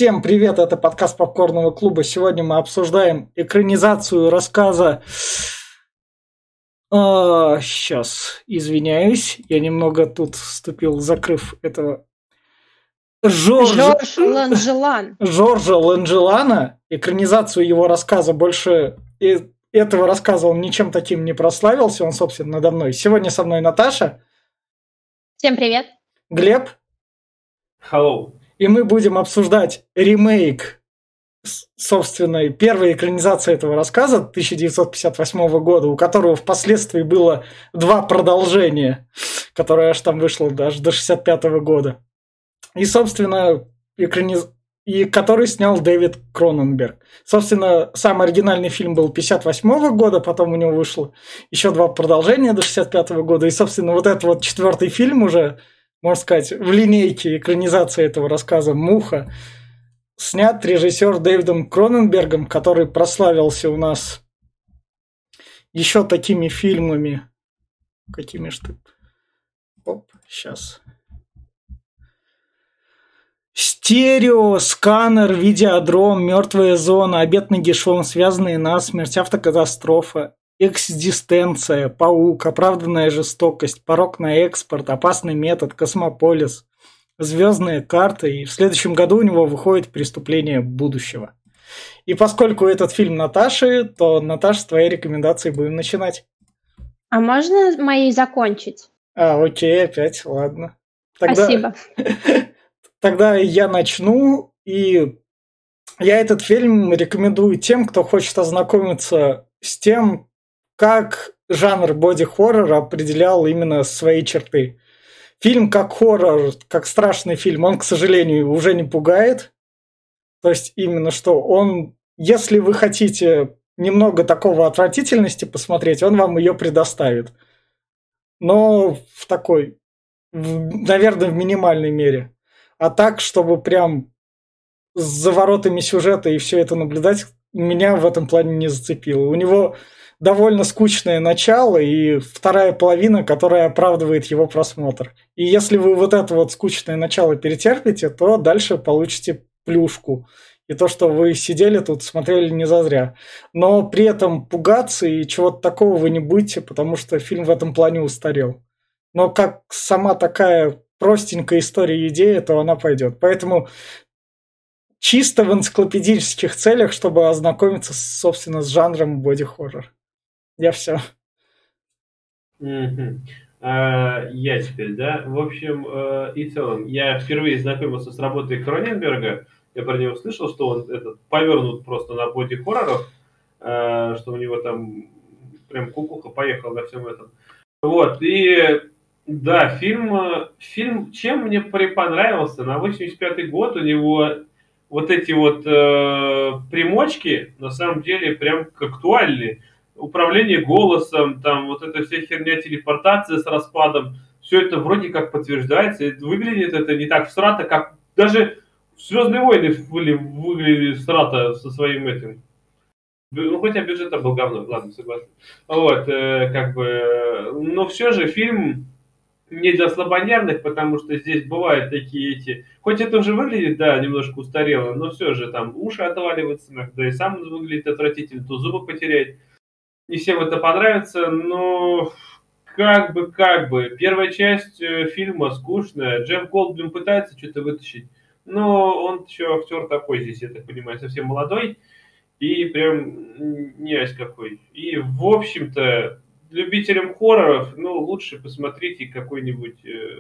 Всем привет, это подкаст Попкорного клуба. Сегодня мы обсуждаем экранизацию рассказа. Сейчас, извиняюсь, я немного тут вступил, закрыв этого Жоржа Ланжелана. Экранизацию его рассказа больше... Этого рассказа он ничем таким не прославился, он, собственно, надо мной. Сегодня со мной Наташа. Всем привет. Глеб. Hello. И мы будем обсуждать ремейк, собственно, первой экранизации этого рассказа 1958 года, у которого впоследствии было 2 продолжения, которое аж там вышло даже до 1965 года. И, собственно, и который снял Дэвид Кроненберг. Собственно, самый оригинальный фильм был 1958 года, потом у него вышло еще 2 продолжения до 1965 года. И, собственно, вот этот вот 4-й фильм уже, можно сказать, в линейке экранизации этого рассказа «Муха», снят режиссер Дэвидом Кроненбергом, который прославился у нас еще такими фильмами. Какими ж ты... сейчас... Стерео, Сканер, Видеодром, Мертвая зона, Обед нагишом, Связанные насмерть, Автокатастрофа, Экзистенция, Паук, Оправданная жестокость, Порок на экспорт, Опасный метод, Космополис, Звездные карты. И в следующем году у него выходит Преступление будущего. И поскольку этот фильм Наташи, то, Наташа, с твоей рекомендацией будем начинать. А можно мои закончить? Окей, опять, ладно. Спасибо. Тогда я начну, и я этот фильм рекомендую тем, кто хочет ознакомиться с тем, как жанр боди-хоррора определял именно свои черты. Фильм как хоррор, как страшный фильм, он, к сожалению, уже не пугает. То есть именно что он, если вы хотите немного такого отвратительности посмотреть, он вам ее предоставит. Но в такой, наверное, в минимальной мере. А так, чтобы прям с заворотами сюжета и все это наблюдать, меня в этом плане не зацепило. У него довольно скучное начало и вторая половина, которая оправдывает его просмотр. И если вы вот это вот скучное начало перетерпите, то дальше получите плюшку. И то, что вы сидели тут, смотрели не зазря. Но при этом пугаться и чего-то такого вы не будете, потому что фильм в этом плане устарел. Но как сама такая простенькая история и идея, то она пойдет. Поэтому чисто в энциклопедических целях, чтобы ознакомиться, собственно, с жанром боди-хоррор. Я все. Я теперь, да? В общем, и в целом, я впервые знакомился с работой Кроненберга. Я про него слышал, что он повернут просто на боди-хорроров, что у него там прям кукуха поехала на всем этом. Вот, и да, фильм чем мне понравился? На 85-й год у него вот эти вот примочки, на самом деле, прям актуальны. Управление голосом, там вот эта вся херня, телепортация с распадом, все это вроде как подтверждается. И выглядит это не так всрато, как даже «Звездные войны» выглядели всрато со своим этим. Ну, хотя бюджет был говно, ладно, согласен. Вот, но все же фильм не для слабонервных, потому что здесь бывают такие эти... Хоть это уже выглядит, да, немножко устарело, но все же там уши отваливаются иногда, и сам выглядит отвратительно, то зубы потеряет. Не всем это понравится, но как бы. Первая часть фильма скучная. Джефф Голдблюм пытается что-то вытащить, но он еще актер такой здесь, я так понимаю, совсем молодой. И прям не ась какой. И, в общем-то, любителям хорроров, лучше посмотрите какой-нибудь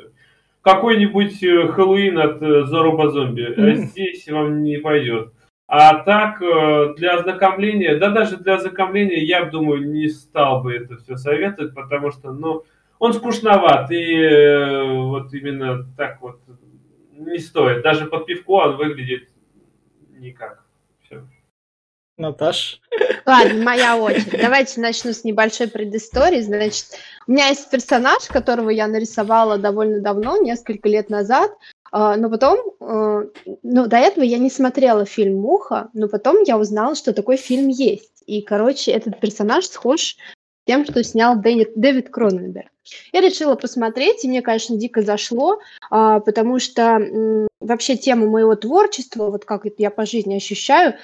Хэллоуин от Заруба Зомби. А здесь вам не пойдет. А так, для ознакомления, да даже для ознакомления, я думаю, не стал бы это все советовать, потому что, он скучноват. И вот именно так вот не стоит. Даже под пивко он выглядит никак. Все. Наташ. Ладно, моя очередь. Давайте начну с небольшой предыстории. Значит, у меня есть персонаж, которого я нарисовала довольно давно, несколько лет назад, но потом, до этого я не смотрела фильм «Муха», но потом я узнала, что такой фильм есть. И, короче, этот персонаж схож тем, что снял Дэвид Кроненберг. Я решила посмотреть, и мне, конечно, дико зашло, потому что вообще тема моего творчества, вот как это я по жизни ощущаю,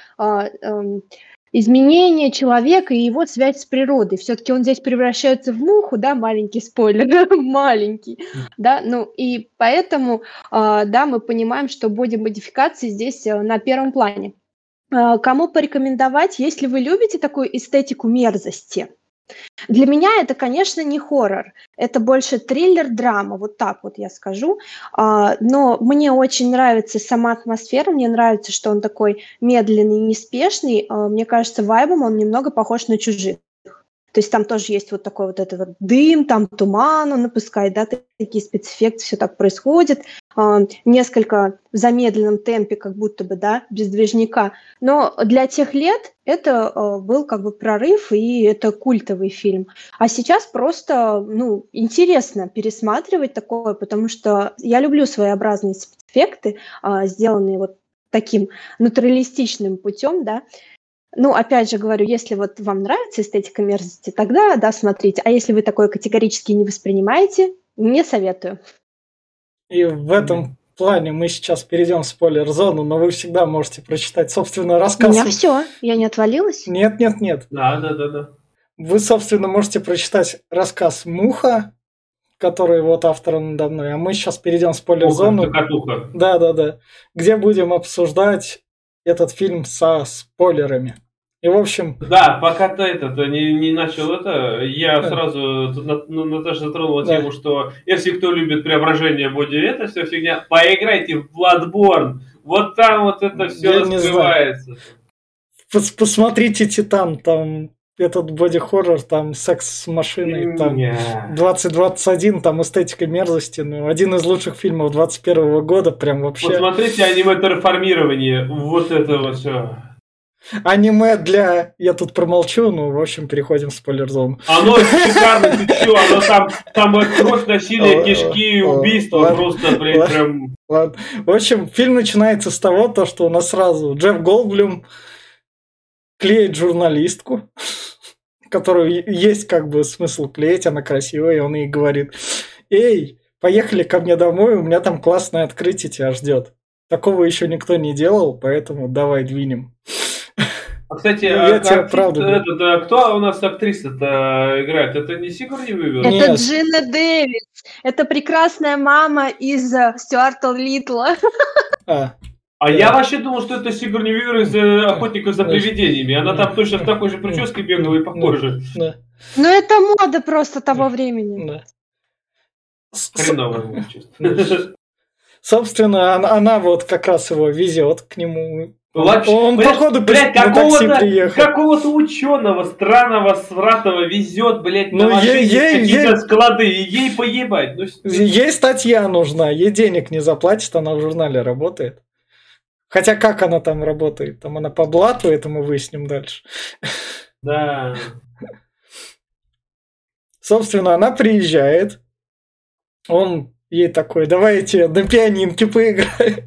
изменение человека и его связь с природой. Все-таки он здесь превращается в муху, да, маленький спойлер, маленький, да, ну и поэтому, да, мы понимаем, что бодимодификации здесь на первом плане. Кому порекомендовать, если вы любите такую эстетику мерзости? Для меня это, конечно, не хоррор, это больше триллер-драма, вот так вот я скажу, но мне очень нравится сама атмосфера, мне нравится, что он такой медленный, неспешный, мне кажется, вайбом он немного похож на «Чужих». То есть там тоже есть вот такой вот этот вот дым, там туман он напускает, да, такие спецэффекты, все так происходит, несколько в замедленном темпе, как будто бы, да, без движника. Но для тех лет это был как бы прорыв, и это культовый фильм. А сейчас просто, ну, интересно пересматривать такое, потому что я люблю своеобразные спецэффекты, сделанные вот таким натуралистичным путем, да. Ну, опять же говорю, если вот вам нравится эстетика мерзости, тогда, да, смотрите. А если вы такое категорически не воспринимаете, не советую. И в этом плане мы сейчас перейдем в спойлер-зону, но вы всегда можете прочитать, собственно, рассказ. У меня все, я не отвалилась? Нет. Да. Вы, собственно, можете прочитать рассказ «Муха», который вот автором надо мной, а мы сейчас перейдем в спойлер-зону. Да. Где будем обсуждать этот фильм со спойлерами. И, в общем... Да, пока ты не начал я сразу... Наташа затронула тему, что если кто любит преображение боди, это все фигня. Поиграйте в Bloodborne. Вот там вот это все раскрывается. Посмотрите «Титан», там этот боди-хоррор, там секс с машиной, там 2021, там эстетика мерзости, ну, один из лучших фильмов 21 года, прям вообще. Посмотрите аниме «Терраформирование», вот это вот все. Аниме для... Я тут промолчу, ну, в общем, переходим в спойлер-зону. Оно шикарно, ты чё, оно там кровь, насилие, кишки, убийства, просто, блядь, прям... Ладно. В общем, фильм начинается с того, что у нас сразу Джефф Голдблюм клеит журналистку, которую есть как бы смысл клеить, она красивая, и он ей говорит: «Эй, поехали ко мне домой, у меня там классное открытие тебя ждет. Такого еще никто не делал, поэтому давай двинем». А, кстати, кто у нас актриса-то играет? Это не Сигурни Уивер? Это Джина Дэвис. Это прекрасная мама из Стюарта Литла. Я вообще думал, что это Сигурни Уивер из «Охотников за привидениями». Она там точно в такой же прическе бегала и похожа. Ну, это мода просто того времени. Хреново, честно. Собственно, она вот как раз его везет к нему. Он, походу, блядь, какого-то ученого странного, свратого везет, блядь, на машине какие-то склады, и ей поебать. Ей статья нужна, ей денег не заплатит, она в журнале работает. Хотя как она там работает? Там она по блату, это мы выясним дальше. Да. Собственно, она приезжает. Он ей такой: давайте на пианинке поиграем.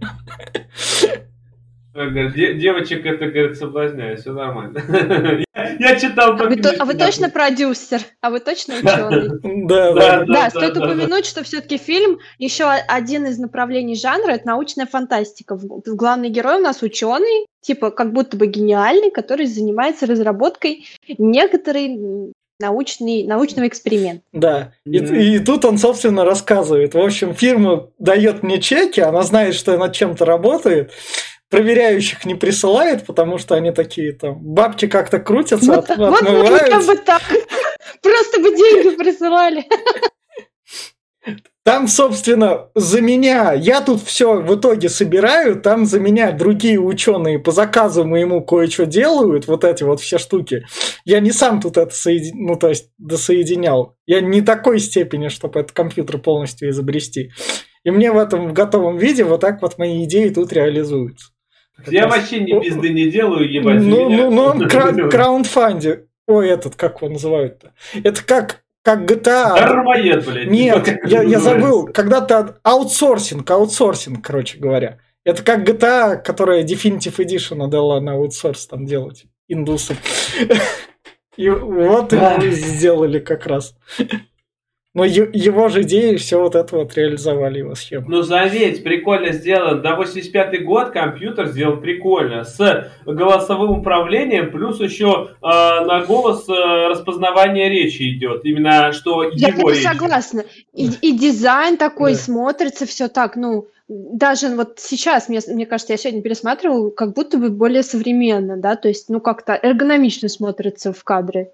Девочек это, говорит, соблазняет, все нормально. Я читал только... А вы точно продюсер? А вы точно ученый? Да, стоит упомянуть, что все-таки фильм, еще один из направлений жанра, это научная фантастика. Главный герой у нас ученый, типа как будто бы гениальный, который занимается разработкой некоторой научного эксперимента. Да, и тут он, собственно, рассказывает. В общем, фирма дает мне чеки, она знает, что я над чем-то работает, проверяющих не присылает, потому что они такие там, бабки как-то крутятся, отмываются. Вот бы так. Просто бы деньги присылали. Там, собственно, за меня, я тут все в итоге собираю, там за меня другие ученые по заказу моему кое-что делают, вот эти вот все штуки. Я не сам тут это досоединял. Я не такой степени, чтобы этот компьютер полностью изобрести. И мне в этом в готовом виде вот так вот мои идеи тут реализуются. Я вообще ни пизды не делаю, ебать. Ну, он краундфандинг. Ой, этот, как его называют-то? Это как GTA. Дармоед, блядь. Нет, я забыл. Когда-то аутсорсинг, короче говоря. Это как GTA, которая Definitive Edition дала на аутсорс там делать. Индусы. И вот его сделали как раз. Но его же идеи все вот это вот реализовали, его схему. Ну, заметь, прикольно сделано. На 85-й год компьютер сделал прикольно. С голосовым управлением, плюс еще на голос распознавание речи идет. Именно что его речь. Я согласна. И дизайн такой смотрится все так, ну, даже вот сейчас, мне кажется, я сегодня пересматривала, как будто бы более современно, да, то есть, ну, как-то эргономично смотрится в кадре.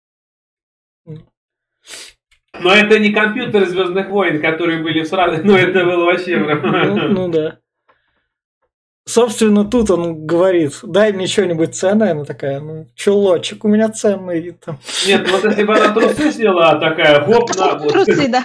Но это не компьютер «Звездных войн», которые были сразу... Ну, это было вообще... Ну да. Собственно, тут он говорит, дай мне что-нибудь ценное. Она такая, ну, чулочек у меня ценный. Там. Нет, вот если бы она трусы сняла, такая, хоп, на... Трусы, да.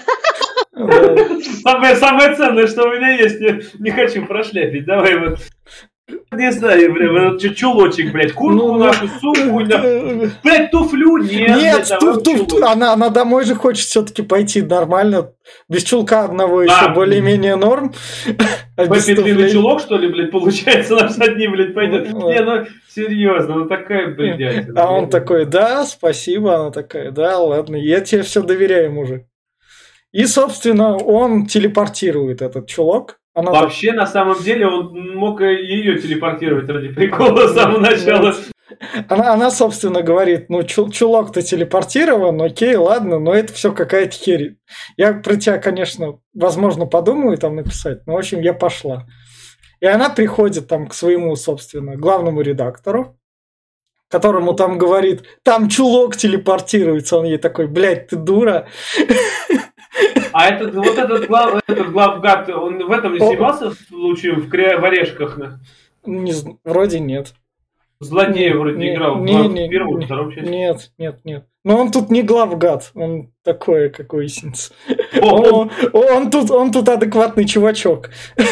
Самое ценное, что у меня есть, не хочу прошляпить. Давай вот... Не знаю, блядь, чулочек, блядь, куртку нашу, сумку, блядь, туфлю, нет, она домой же хочет все-таки пойти нормально, без чулка одного еще более-менее норм. Длинный чулок, что ли, блядь, получается, наш одни, блядь, пойдет. Не, ну, серьезно, ну такая, блядь. А он такой, да, спасибо, она такая, да, ладно, я тебе все доверяю, мужик. И, собственно, он телепортирует этот чулок. Вообще, на самом деле, он мог ее телепортировать ради прикола с самого начала. Она, собственно, говорит, ну, чулок-то телепортирован, окей, ладно, но это все какая-то херь. Я про тебя, конечно, возможно, подумаю там написать, но, в общем, я пошла. И она приходит там к своему, собственно, главному редактору, которому там говорит, там чулок телепортируется. Он ей такой, блядь, ты дура. А этот главгад, он в этом не снимался в случае в «Орешках»? Вроде нет. Злодея вроде играл в первом, втором части. Нет. Но он тут не главгад, он такой, как выяснится. Он тут адекватный чувачок.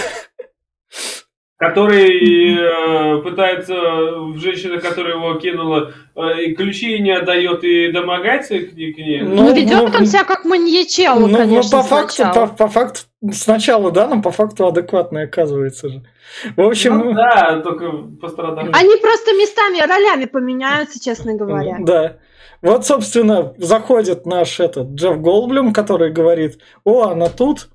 Который пытается, женщина, которая его кинула, и ключи не отдает, и домогается к ней. Ну, ведет он себя как маньячелло, конечно, по факту, сначала, да, но по факту адекватный оказывается же. В общем... Ну, да, только пострадал. Они просто местами, ролями поменяются, честно говоря. Да. Вот, собственно, заходит наш Джефф Голдблюм, который говорит, о, она тут...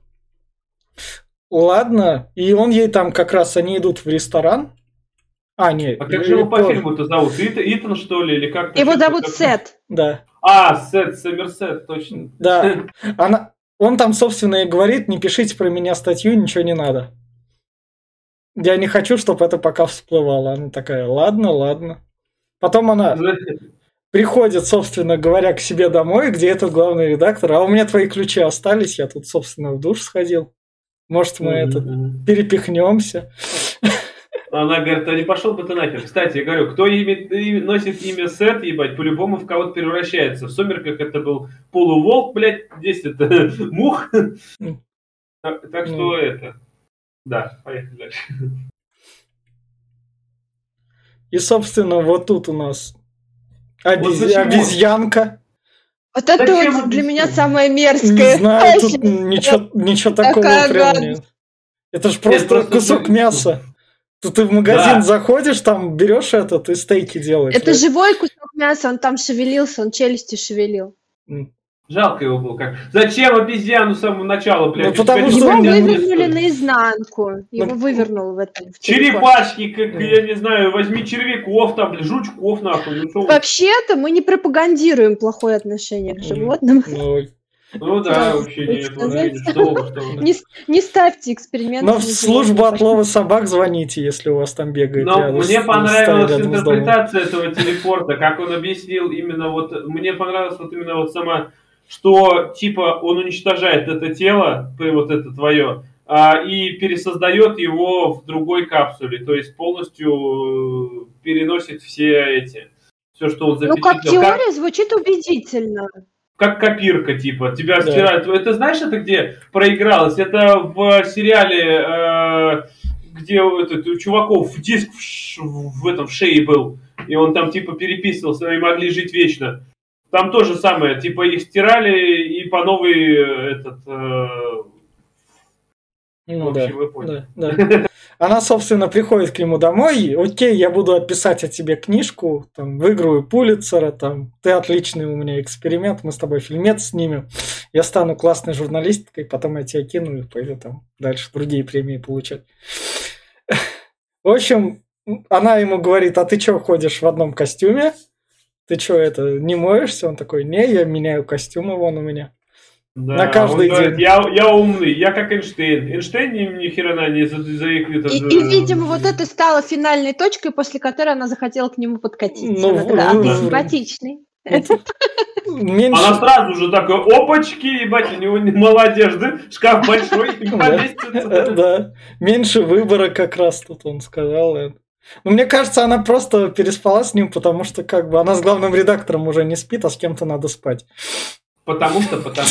Ладно, и он ей там как раз, они идут в ресторан. Нет. А как же его по фильму-то зовут? Итан, что ли, или как-то? Его зовут Сет. Да. Сомерсет, точно. Да. Он там, собственно, и говорит, не пишите про меня статью, ничего не надо. Я не хочу, чтобы это пока всплывало. Она такая, ладно. Потом она приходит, собственно говоря, к себе домой, где этот главный редактор. А у меня твои ключи остались, я тут, собственно, в душ сходил. Может, мы перепихнемся. Она говорит, а не пошел бы ты нахер. Кстати, я говорю, кто носит имя Сет, ебать, по-любому в кого-то превращается. В «Сумерках» это был полуволк, блядь, здесь это мух. Так что это... Да, поехали дальше. И, собственно, вот тут у нас обезьянка. Вот это вот для меня самое мерзкое. Не знаю, тут ничего такого прям нет. Это же просто кусок мяса. Тут ты в магазин заходишь, там берешь и стейки делаешь. Это живой кусок мяса, он там шевелился, он челюсти шевелил. Жалко его было как. Зачем обезьяну с самого начала, блядь? Потому что его вывернули наизнанку. Его вывернул в этом. Черепашки, как, я не знаю, возьми червяков, там, жучков, нахуй. Вообще-то мы не пропагандируем плохое отношение к животным. Ну да, вообще нет. Не ставьте эксперименты. Но в службу отлова собак звоните, если у вас там бегает. Но мне понравилась интерпретация этого телепорта, как он объяснил именно вот... Мне понравилась вот именно вот сама... Что, типа, он уничтожает это тело, вот это твое, и пересоздает его в другой капсуле. То есть полностью переносит все, что он запечатлел. Ну, как теория звучит убедительно. Как копирка, типа. Тебя стирают. Это знаешь, это где проигралось? Это в сериале, где у чуваков диск в шее был. И он там, типа, переписывался, и могли жить вечно. Там то же самое, типа их стирали и по новой вы поняли. Да. Она, собственно, приходит к нему домой, окей, я буду писать о тебе книжку, там, выиграю Пулитцера, там, ты отличный у меня эксперимент, мы с тобой фильмец снимем, я стану классной журналисткой, потом я тебя кину и пойду там дальше другие премии получать. В общем, она ему говорит, а ты что, ходишь в одном костюме? Ты что, не моешься? Он такой, не, я меняю костюмы, вон у меня. Да, на каждый он говорит, день. Я умный, я как Эйнштейн. Эйнштейн ни хера не заикнет. И, видимо, вот это стало финальной точкой, после которой она захотела к нему подкатиться. Ну, она такая, а ты симпатичный. Она сразу же такая, опачки, ебать, у него мало одежды, шкаф большой, не поместится. Да, меньше выбора как раз тут он сказал. Ну, мне кажется, она просто переспала с ним, потому что как бы она с главным редактором уже не спит, а с кем-то надо спать. Потому.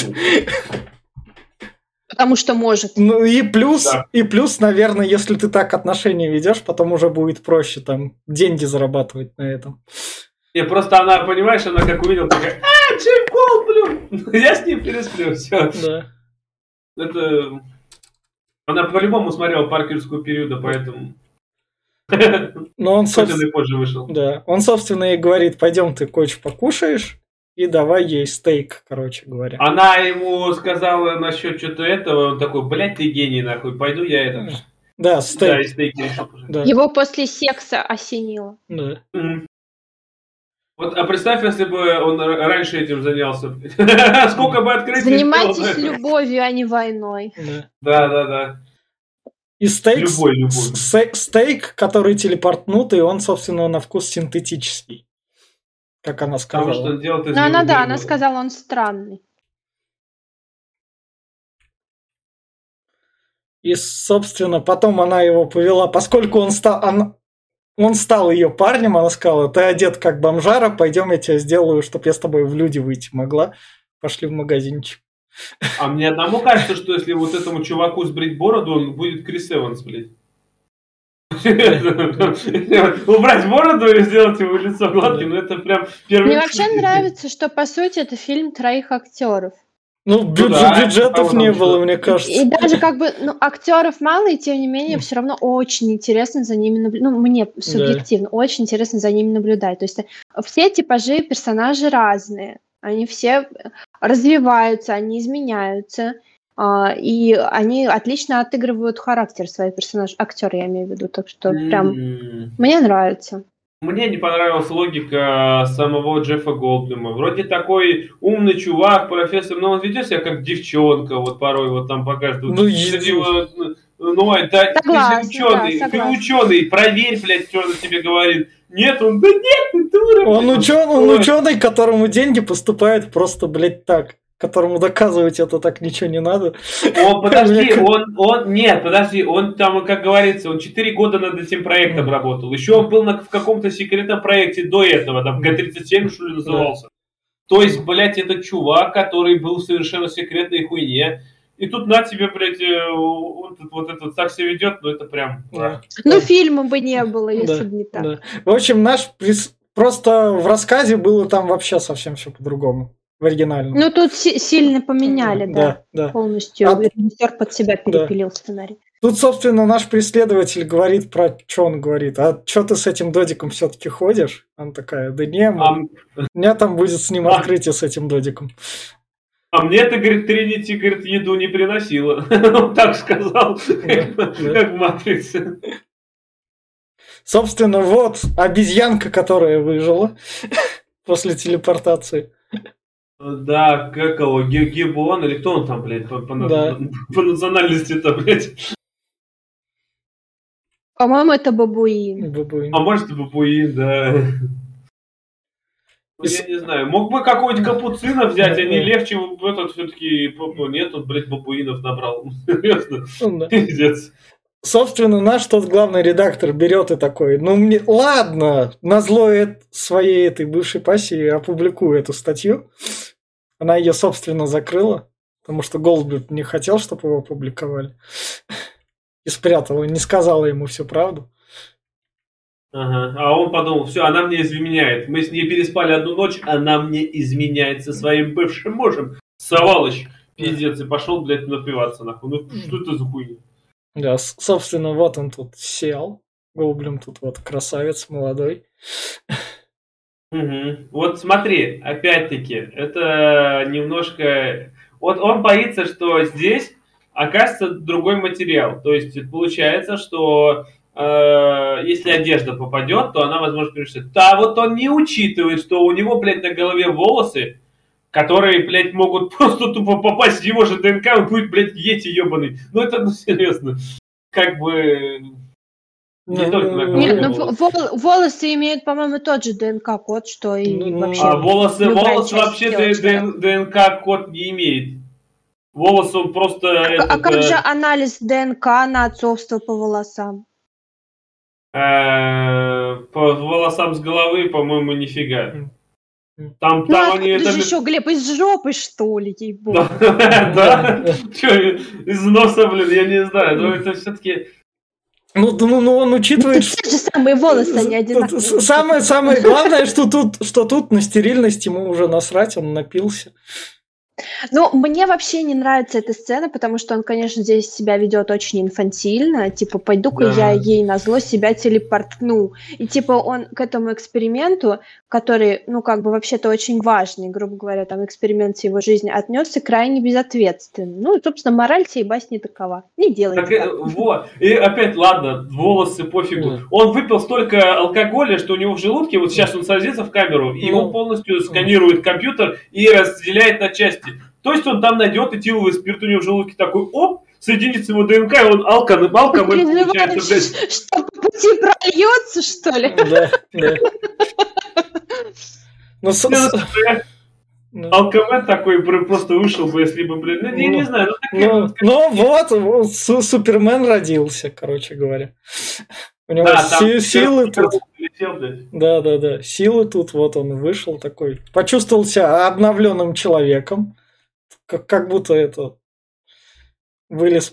Потому что может. Ну и плюс, наверное, если ты так отношения ведешь, потом уже будет проще там деньги зарабатывать на этом. Не, просто она, понимаешь, она как увидела, такая, Джейм Голдблюм, я с ним пересплю, все. Да. Это... Она по-любому смотрела паркерскую периода, поэтому... Но он, собственно, позже вышел. Да, он, собственно, ей говорит, пойдем ты, коч, покушаешь, и давай ей стейк, короче говоря. Она ему сказала насчет что-то этого, он такой, блядь, ты гений, нахуй, пойду я это... Да, стейк. Да, и стейки решил. Да. Его после секса осенило. Да. Вот, а представь, если бы он раньше этим занялся. Сколько бы открытий... Занимайтесь любовью, а не войной. Да. И стейк, любой. Стейк, который телепортнутый, он, собственно, на вкус синтетический. Как она сказала. Потому что он делает из Ну, него она сказала, он странный. И, собственно, потом она его повела, поскольку он стал ее парнем, она сказала, ты одет как бомжара, пойдем я тебя сделаю, чтобы я с тобой в люди выйти могла. Пошли в магазинчик. А мне одному кажется, что если вот этому чуваку сбрить бороду, он будет Крис Эванс, блядь. Убрать бороду и сделать его лицо гладким, это прям первый... Мне вообще нравится, что, по сути, это фильм 3 актеров. Ну, бюджетов не было, мне кажется. И даже как бы, актеров мало, и тем не менее, все равно очень интересно за ними наблюдать. Ну, мне субъективно очень интересно за ними наблюдать. То есть все типажи персонажей разные. Они все развиваются, они изменяются. И они отлично отыгрывают характер своих персонажей. Актеры, я имею в виду. Так что прям мне нравится. Мне не понравилась логика самого Джеффа Голдблюма. Вроде такой умный чувак, профессор, но он ведет себя как девчонка, вот порой вот там покажет. Ну, это ты ученый, проверь, блядь, что он тебе говорит. Нет, он, да нет, ты дура. Он ученый, которому деньги поступают просто, блядь, так. Которому доказывать это так ничего не надо. Он там, как говорится, он 4 года над этим проектом работал. Еще он был в каком-то секретном проекте до этого, там Г-37, что ли, назывался. То есть, блядь, это чувак, который был в совершенно секретной хуйне. И тут на тебе, блядь, вот этот так себя ведет, ну это прям... Ну, фильма бы не было, если бы не так. Да. В общем, просто в рассказе было там вообще совсем все по-другому. В оригинальном. Ну, тут сильно поменяли, да. Полностью. Режиссер под себя перепилил сценарий. Тут, собственно, наш преследователь говорит про... Что он говорит? А что ты с этим додиком все-таки ходишь? Она такая, да не, у меня там будет с ним открытие с этим додиком. А мне-то, говорит, Тринити, говорит, еду не приносила. Он так сказал, как в «Матрице». Собственно, вот обезьянка, которая выжила после телепортации. Да, как его, Гибон, или кто он там, блядь, по национальности-то, блядь. По-моему, это бабуин. А может, это бабуин, да. Ну, я не знаю, мог бы какого-нибудь капуцина взять, а не легче этот все-таки, нет, он, блядь, бабуинов набрал. Серьезно, пиздец. Собственно, наш тот главный редактор берет и такой, ладно, назло своей этой бывшей пассии опубликую эту статью. Она ее, собственно, закрыла, потому что Голдблюм не хотел, чтобы его опубликовали. И спрятала, не сказала ему всю правду. Ага. А он подумал, все, она мне изменяет. Мы с ней переспали одну ночь, она мне изменяет со своим бывшим мужем. Сволочь, пиздец, и пошел, блядь, напиваться, нахуй. Ну, что это за хуйня? Да, собственно, вот он тут сел. Гоблин тут вот красавец молодой. Угу. Вот смотри, опять-таки, это немножко... Вот он боится, что здесь окажется другой материал. То есть получается, что если одежда попадет, то она, возможно, превратится. Да, вот он не учитывает, что у него, блядь, на голове волосы, которые, блядь, могут просто тупо попасть в его же ДНК, он будет, блядь, йети ебаный. Ну это, ну серьезно, как бы... Не только на голове Нет, ну волосы. волосы имеют, по-моему, тот же ДНК-код, что и вообще. А волосы любая часть вообще тела человека. ДНК-код не имеет. Волосы он просто... А как же анализ ДНК на отцовство по волосам? По волосам с головы, по-моему, нифига. Там Ну, они... откуда же еще, Глеб, из жопы, что ли, ей-богу? Да? Че, из носа, блин, я не знаю. Но это все-таки... Ну, он учитывает... Те же самые волосы, они одинаковые. Самое главное, что тут на стерильность ему уже насрать, он напился. Ну, мне вообще не нравится эта сцена, потому что он, конечно, здесь себя ведет очень инфантильно. Типа, пойду-ка я ей назло себя телепортну. И типа он к этому эксперименту, который, ну, как бы вообще-то очень важный, грубо говоря, там, эксперимент в его жизни, отнесся крайне безответственно. Ну, собственно, мораль всей басни такова. Не делайте так. Вот. И опять, ладно, волосы, пофигу. Он выпил столько алкоголя, что у него в желудке, вот сейчас он садится в камеру, и его полностью сканирует компьютер и разделяет на части. То есть он там найдет этиловый спирт, у него в желудке такой, оп, соединится его ДНК, и он алкоголь получается, блядь. Что, по пути прольется, что ли? Да. Алкоголь такой просто вышел бы, если бы, блин, ну, я не знаю. Ну вот, Супермен родился, короче говоря. У него силы тут. Да. Силы тут, вот он вышел такой. Почувствовал себя обновленным человеком. Как будто это... Вылез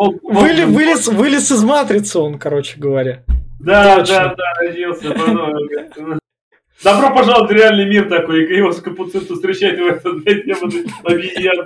из матрицы он, короче говоря. Да, родился. Добро пожаловать в реальный мир такой, и его с капуцинтом встречает в этот, блядь, ебаный обезьян.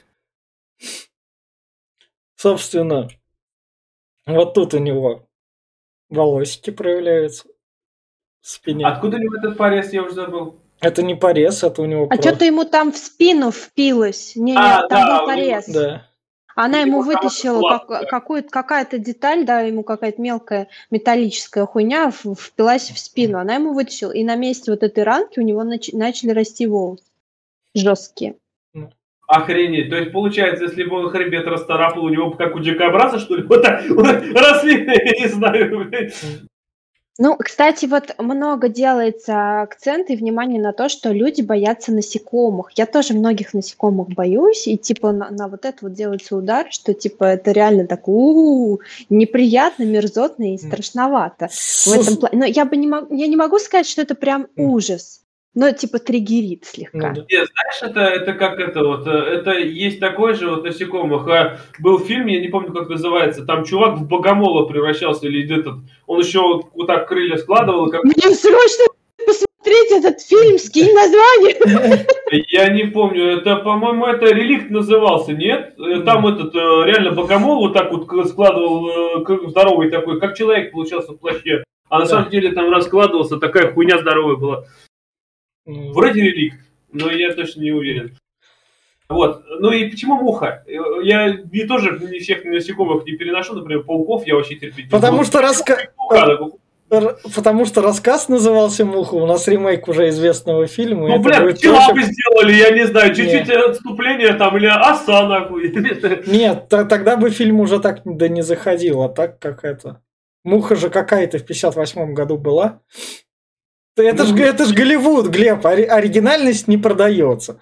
Собственно, вот тут у него волосики проявляются в спине. Откуда у него этот порез, я уже забыл? Это не порез, это у него... А что-то ему там в спину впилось. Не, там был порез. Да. Она ему вытащила какая-то деталь, да, ему какая-то мелкая металлическая хуйня впилась в спину. Она ему вытащила, и на месте вот этой ранки у него начали расти волосы. Жесткие. Охренеть. То есть, получается, если бы он хребет расцарапал, у него как у дикобраза, что ли, вот так росли, я не знаю, блядь. Ну, кстати, вот много делается акцент и внимание на то, что люди боятся насекомых. Я тоже многих насекомых боюсь, и типа на вот это вот делается удар, что типа это реально так неприятно, мерзотно и страшновато. В этом плане. Но я не могу сказать, что это прям ужас. Но типа триггерит слегка. Нет, знаешь, это как это вот, это есть такой же вот насекомых. Был фильм, я не помню, как называется, там чувак в богомола превращался, или этот, он еще вот так крылья складывал. Мне срочно посмотреть этот фильм, скинь название. Я не помню, это, по-моему, это «Реликт» назывался, нет? Там этот реально богомол вот так вот складывал, здоровый такой, как человек получался в плаще. А на самом деле там раскладывался, такая хуйня здоровая была. Вроде «Реликт», но я точно не уверен. Вот. Ну и почему муха? Я тоже всех насекомых не переношу, например, пауков я вообще терпеть не могу. Потому что рассказ назывался «Муха». У нас ремейк уже известного фильма. Ну, блядь, пчела бы сделали, я не знаю, чуть-чуть отступление там, или оса, нахуй. Нет, тогда бы фильм уже так да не заходил, а так как это... Муха же какая-то в 58-м году была. Это ж Голливуд, Глеб, оригинальность не продается.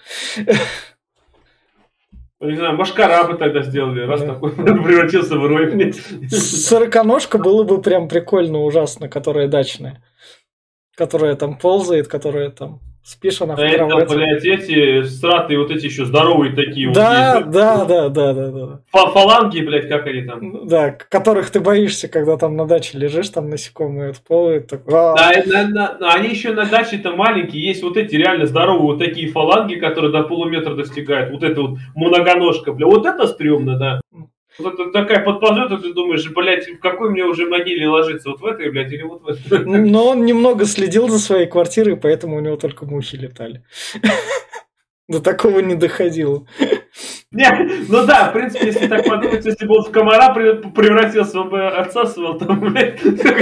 Не знаю, Машкара бы тогда сделали, раз такой превратился в рой. Сороконожка было бы прям прикольно, ужасно, которая дачная. Которая там ползает, которая там... Спишь, она в кровати. Это, блядь, эти страты, вот эти еще здоровые такие. Да. Фаланги, блядь, как они там. Да, которых ты боишься, когда там на даче лежишь, там насекомые отплывают. Да, они еще на даче-то маленькие, есть вот эти реально здоровые вот такие фаланги, которые до полуметра достигают. Вот эта вот многоножка, бля, вот это стрёмно, да. Вот это такая подползет, и ты думаешь, блядь, в какой мне уже могиле ложиться? Вот в этой, блядь, или вот в этой? Но он немного следил за своей квартирой, поэтому у него только мухи летали. До такого не доходило. Ну да, в принципе, если так подумать, если бы он в комара превратился, он бы отсасывал там, блядь.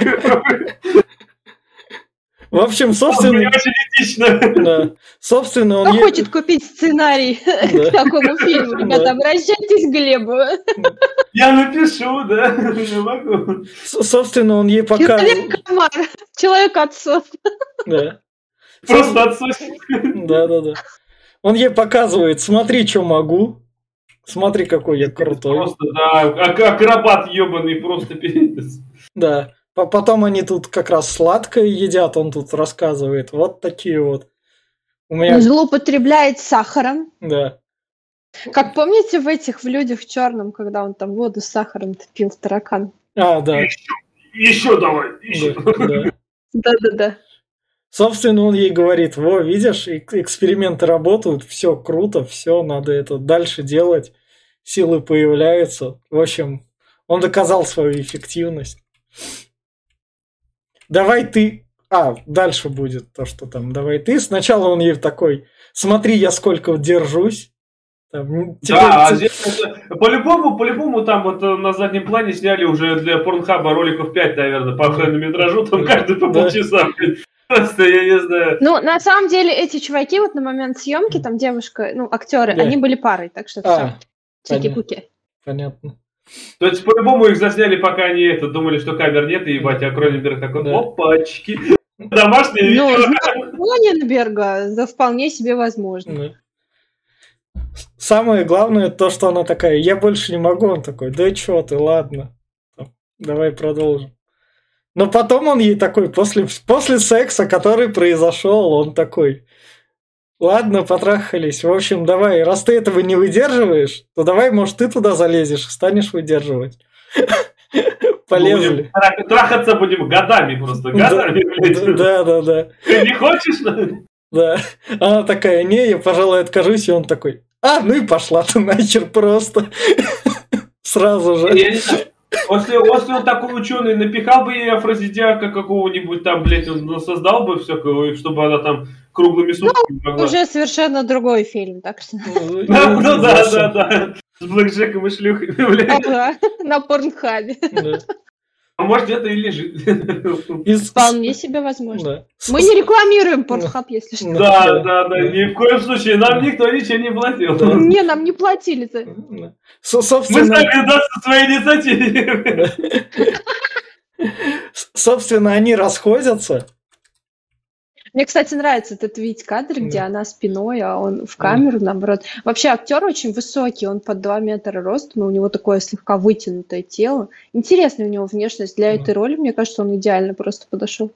В общем, собственно... Очень этично. Да. Собственно, он... Кто хочет купить сценарий к такому фильму? Ребята, обращайтесь к Глебу. Я напишу, да, не могу. Собственно, он ей показывал... Человек-комар, человек-отсос. Да. Просто отсос. Да. Он ей показывает, смотри, что могу. Смотри, какой я крутой. Просто, да, акробат ебаный, просто перец. Да. Потом они тут как раз сладкое едят, он тут рассказывает. Вот такие вот. У меня... Злоупотребляет сахаром. Да. Как помните в «Людях в черном», когда он там воду с сахаром пил, таракан? А, да. Еще давай. Еще. Да. Собственно, он ей говорит, во, видишь, эксперименты работают, все круто, все, надо это дальше делать, силы появляются. В общем, он доказал свою эффективность. Давай ты... дальше будет то, что там, давай ты. Сначала он ей такой, смотри, я сколько держусь. Там, да, по-любому там вот на заднем плане сняли уже для Порнхаба роликов 5, наверное, по хронометражу, там каждый по полчаса. Просто я не знаю. Ну, на самом деле, эти чуваки вот на момент съемки, там девушка, актеры, они были парой, так что все. Чики-пуки. Понятно. То есть, по-любому их засняли, пока они думали, что камер нет, и ебать, а Кроненберг такой, опачки. Домашнее видео. Ну, Кроненберга вполне себе возможно. Самое главное то, что она такая, я больше не могу, он такой, да чё ты, ладно, давай продолжим. Но потом он ей такой, после секса, который произошел, он такой, ладно, потрахались, в общем, давай, раз ты этого не выдерживаешь, то давай, может, ты туда залезешь и станешь выдерживать. Полезли. Трахаться будем годами просто, годами, блядь. Да. Ты не хочешь? Да. Она такая, не, я, пожалуй, откажусь, и он такой, ну и пошла ты нахер просто. Сразу же. Я не знаю. Если он такой ученый, напихал бы ей афродизиака какого-нибудь там, блядь, он создал бы всякого, чтобы она там круглыми сутками могла. Уже совершенно другой фильм, так что... Да. С блэкджеком и шлюхами, блядь. Ага, на Порнхабе. А может, где-то и лежит. Вполне себе возможно. Да. Мы не рекламируем Порнхаб, если что. Да, ни в коем случае. Нам никто ничего не платил. Не, нам не платили-то. Мы сами даст своей инициативе. Собственно, они расходятся. Мне, кстати, нравится этот видеть кадр, где она спиной, а он в камеру, наоборот. Вообще, актер очень высокий, он под 2 метра ростом, и у него такое слегка вытянутое тело. Интересная у него внешность для этой роли, мне кажется, он идеально просто подошел.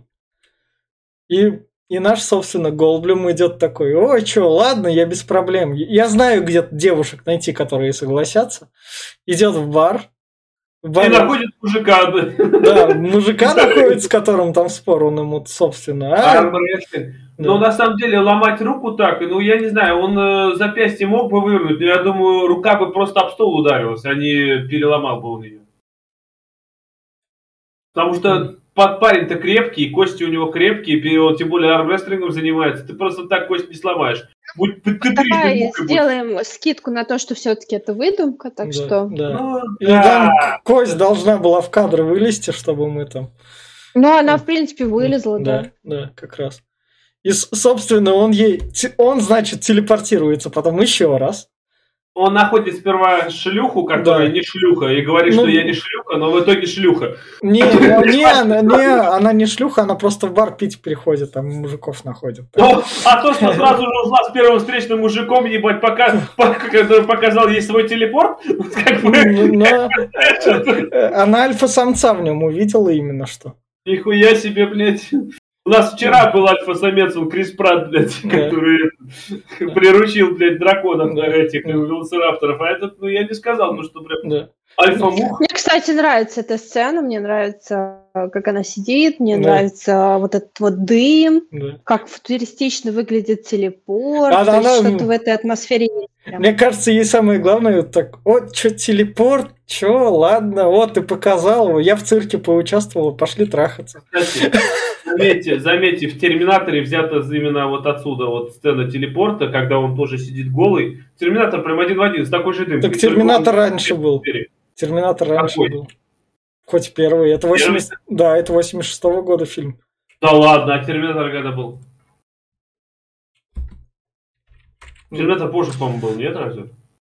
И наш, собственно, Голдблюм идет такой, ой, чё, ладно, я без проблем. Я знаю, где девушек найти, которые согласятся. Идет в бар. И находит мужика. Да, мужика находит, с которым там спор, он ему, собственно... Но на самом деле ломать руку так, я не знаю, он запястье мог бы вывернуть, но я думаю, рука бы просто об стол ударилась, а не переломал бы он ее. Потому что парень-то крепкий, кости у него крепкие, он тем более армрестлингом занимается, ты просто так кость не сломаешь. Давай сделаем скидку на то, что все-таки это выдумка, так что... Там кость должна была в кадр вылезти, чтобы мы там... Ну, она, в принципе, вылезла, да. Да, как раз. И, собственно, он, значит, телепортируется потом еще раз. Он находит сперва шлюху, которая не шлюха, и говорит, что я не шлюха, но в итоге шлюха. Она не шлюха, она просто в бар пить приходит, там мужиков находит. А то, что сразу же ушла с первым встречным мужиком, ебать, который показал ей свой телепорт, она альфа-самца в нем увидела именно что. Нихуя себе, блядь. У нас вчера был альфа-самец, он Крис Пратт, блядь, который приручил, блядь, драконов, этих велоцирапторов. А этот, я не сказал, что прям альфа-мух. Мне, кстати, нравится эта сцена, мне нравится как она сидит, мне Да. нравится вот этот вот дым, Да. как футуристично выглядит телепорт, А то есть она, что-то в этой атмосфере есть. Прям. мне кажется, ей самое главное, вот так, вот, что, телепорт, что, ладно, вот, ты показал его, я в цирке поучаствовал, пошли трахаться. Кстати, заметьте, в «Терминаторе» взято именно вот отсюда вот сцена телепорта, когда он тоже сидит голый. «Терминатор» прям один в один, с такой же дымкой. Так «Терминатор» раньше был. Какой? «Терминатор» раньше был. Хоть первый. Это 80... Да, это 86-го года фильм. Да ладно, а «Терминатор» когда был? «Терминатор» позже, по-моему, был, нет, разве?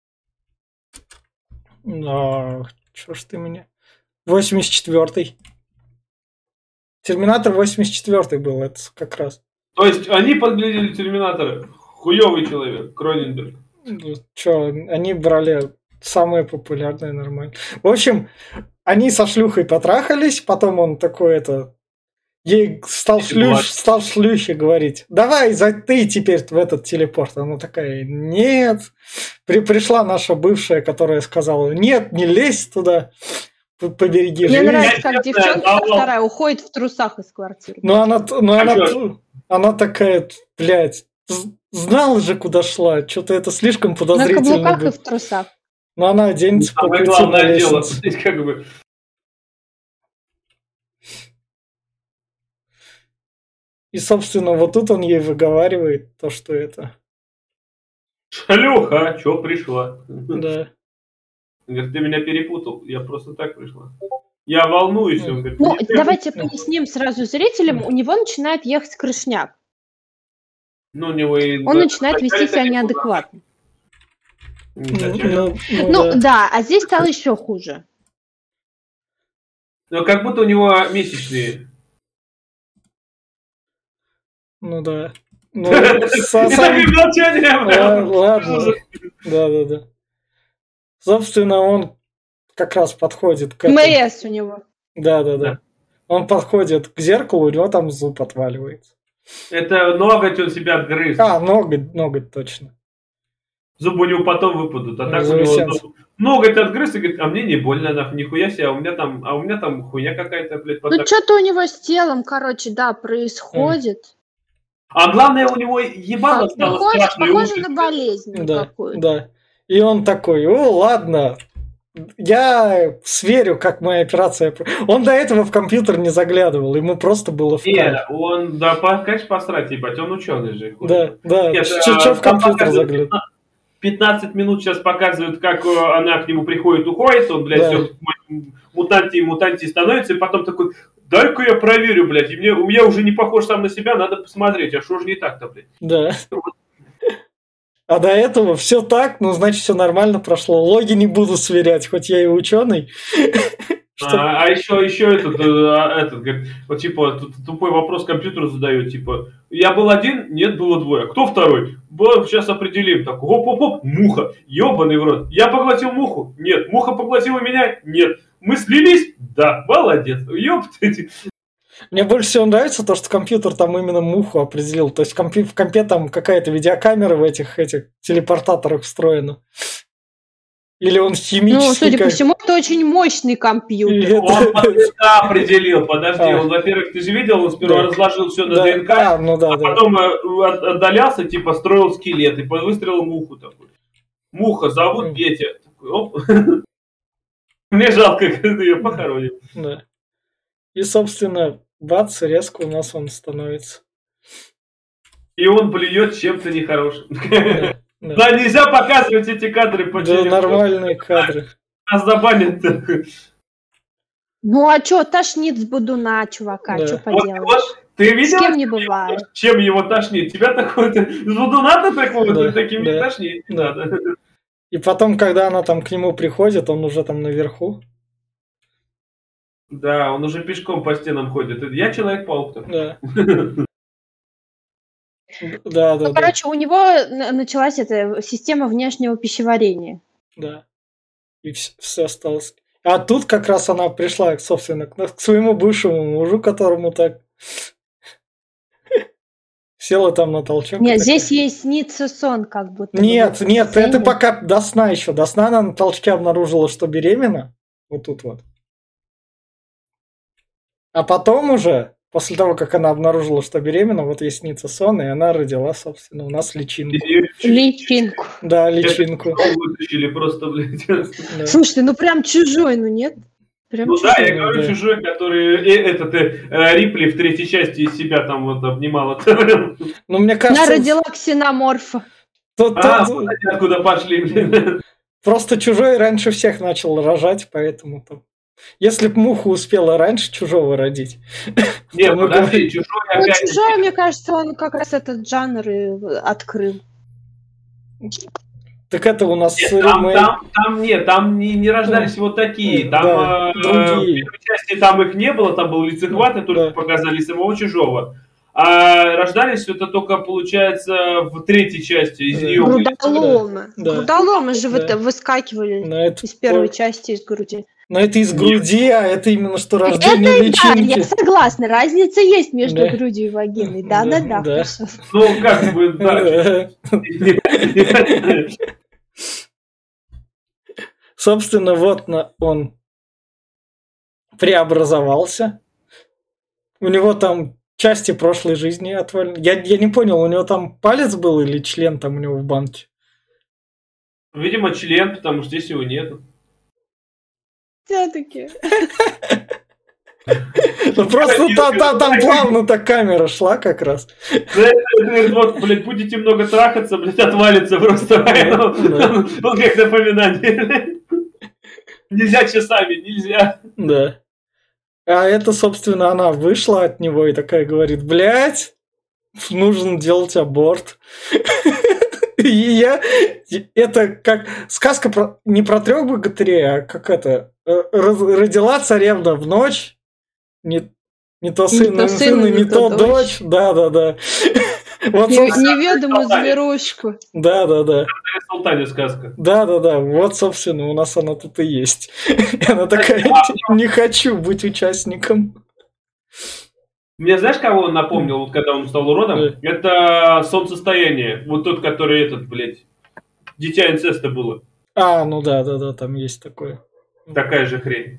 Чё ж ты меня... 84-й. «Терминатор» 84-й был, это как раз. То есть они подглядели «Терминатора». Хуёвый человек, Кроненберг. Чё, они брали самые популярные, нормально. В общем, они со шлюхой потрахались, потом он такой, ей стал шлюхе говорить, давай, ты теперь в этот телепорт. Она такая, нет. Пришла наша бывшая, которая сказала, нет, не лезь туда, побереги жизнь. Мне нравится, как девчонка вторая уходит в трусах из квартиры. Она такая, блядь, знала же, куда шла, что-то это слишком подозрительно. На каблуках и в трусах. Но она оденется по пути на лестницу. Как бы... И, собственно, вот тут он ей выговаривает то, что это... Шлюха, чё пришла? Да. Говорит, ты меня перепутал, я просто так пришла. Я волнуюсь. Он говорит, ну, давайте поясним сразу зрителям, у него начинает ехать крышняк. Ну, у него и... Он начинает вести себя неадекватно. Ну да, а здесь стало еще хуже. Ну, как будто у него месячные. Ну да. Ну, ладно. Да. Собственно, он как раз подходит к... МС у него. Да. Он подходит к зеркалу, у него там зуб отваливается. Это ноготь он себя отгрыз. Ноготь точно. Зубы у него потом выпадут, а так у него ноготь отгрыз и говорит, а мне не больно, нихуя себе, а у меня там хуйня какая-то, блядь. Ну, что-то у него с телом, короче, да, происходит. А главное, у него ебало стало страшно. Похоже на болезнь какую-то. Да. И он такой, ладно, я сверю, как моя операция... Он до этого в компьютер не заглядывал, ему просто было в кайф. Нет, он, да, конечно, посрать, ебать, он ученый же. Да, что в компьютер заглядывал? 15 минут сейчас показывают, как она к нему приходит, уходит, он, блядь, все мутанти становится, и потом такой, дай-ка я проверю, блядь, и у меня уже не похож сам на себя, надо посмотреть, а что же не так-то, блядь? Да. А до этого все так, значит, все нормально прошло. Логи не буду сверять, хоть я и ученый. А еще этот, говорит, вот типа, тупой вопрос компьютеру задают, типа, я был один, нет, было двое. Кто второй? Сейчас определим. Так, оп, муха, ебаный в рот. Я поглотил муху? Нет. Муха поглотила меня? Нет. Мы слились? Да, молодец. Ёптать. Мне больше всего нравится то, что компьютер там именно муху определил. То есть в компе там какая-то видеокамера в этих телепортаторах встроена. Или он химический... Ну, судя по всему, это очень мощный компьютер. Он по ДНК определил. Подожди, он, во-первых, ты же видел, он сперва разложил все на ДНК, а потом отдалялся, типа строил скелет и выстрелил муху такой. Муха, зовут Петя. Мне жалко, когда ее похоронил. Да. И, собственно, бац, резко у нас он становится. И он блюет чем-то нехорошим. Да, нельзя показывать эти кадры по телевизору. Да, нормальные кадры. Нас забанят. Ну, а что, тошнит с будуна, чувака, что поделать? Вот, ты видел? С кем не бывает. Чем его тошнит? Тебя такой-то... С будуна-то такого, таким не тошнит. Да. И потом, когда она там к нему приходит, он уже там наверху. Да, он уже пешком по стенам ходит. Я Человек-паук. Да. Да. Короче, у него началась эта система внешнего пищеварения. Да. И все осталось. А тут как раз она пришла, собственно, к своему бывшему мужу, которому так села там на толчок. Нет, здесь ей снится сон, как будто. Нет, это пока до сна еще. До сна она на толчке обнаружила, что беременна. Вот тут вот. А потом уже, после того, как она обнаружила, что беременна, вот ей снится сон, и она родила, собственно, у нас личинку. Личинку. Да, личинку. Вытащили просто, блядь. Да. Слушайте, ну прям чужой, ну нет? Прям Ну да, чужой. я говорю, да. чужой, который Рипли в третьей части из себя там вот обнимала. Ну, мне Она кажется, родила ксеноморфа. тут Вот они откуда пошли, блин. просто чужой раньше всех начал рожать, поэтому там. Если б муха успела раньше чужого родить. Нет, то мы подожди, говорим- чужой Ну, опять. чужой, мне кажется, он как раз этот жанр и открыл. Так это у нас Нет, там не рождались вот такие. Там Да, в другие. первой части там их не было, там был лицехват, и только Да. показали самого чужого. А рождались это только, получается, в третьей части. Из Да. неё Грудоломы. Да. Грудоломы же Да. выскакивали Но это, из первой части, из груди. но это из груди, а это именно что рождение Да, я личинки. согласна. Разница есть между Да. грудью и вагиной. Да, Да, да. хорошо. Ну, как бы, да. Собственно, вот он преобразовался. У него там части прошлой жизни отвалены. Я не понял, у него там палец был или член там у него в банке? Видимо, член, потому что здесь его нет. Все-таки. Ну просто там плавно так камера шла как раз. Вот, блядь, будете много трахаться, блядь, отвалится просто. Он как напоминание. Нельзя часами, нельзя. Да. А это, собственно, она вышла от него и такая говорит: блядь, нужно делать аборт. И это как сказка не про 3 богатырей, а как это, родила царевна в ночь, не то сын, не то дочь. Да. Вот, Неведомую зверушку. Да. Султане сказка. Да. Вот, собственно, у нас она тут и есть. И она такая: не хочу быть участником. Мне знаешь, кого он напомнил, вот когда он стал уродом? Это солнцестояние. Вот тот, который блядь, дитя инцеста было. Ну да, там есть такое. Такая же хрень.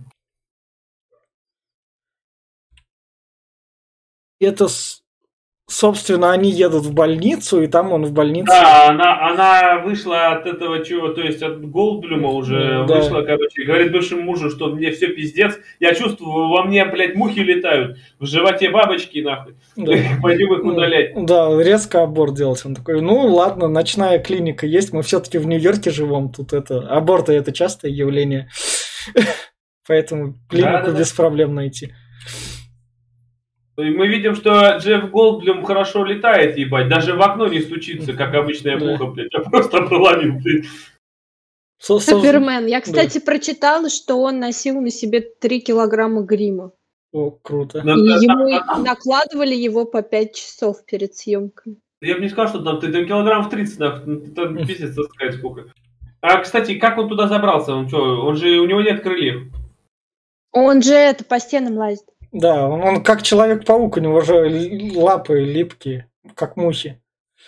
Это, собственно, они едут в больницу, и там он в больнице. Да, она вышла от этого чего, то есть от Голдблюма уже Да. вышла, короче, говорит бывшему мужу, что мне все пиздец, я чувствую, во мне, блядь, мухи летают, в животе бабочки, нахуй, пойдем их удалять. Да, резко аборт делать. Он такой: ну ладно, ночная клиника есть, мы все-таки в Нью-Йорке живем, тут аборты это частое явление, поэтому клинику без проблем найти. Мы видим, что Джефф Голдблюм хорошо летает, ебать. Даже в окно не стучится, как обычная муха, блядь. Я просто проломил, блядь. Супермен. Я, кстати, прочитала, что он носил на себе 3 килограмма грима. О, круто. И ему накладывали его по 5 часов перед съемкой. Я бы не сказал, что там килограмм в 30, там пиздец, сказать сколько. А, кстати, как он туда забрался? Он же, у него нет крыльев. Он же по стенам лазит. Да, он как Человек-паук, у него же лапы липкие, как мухи.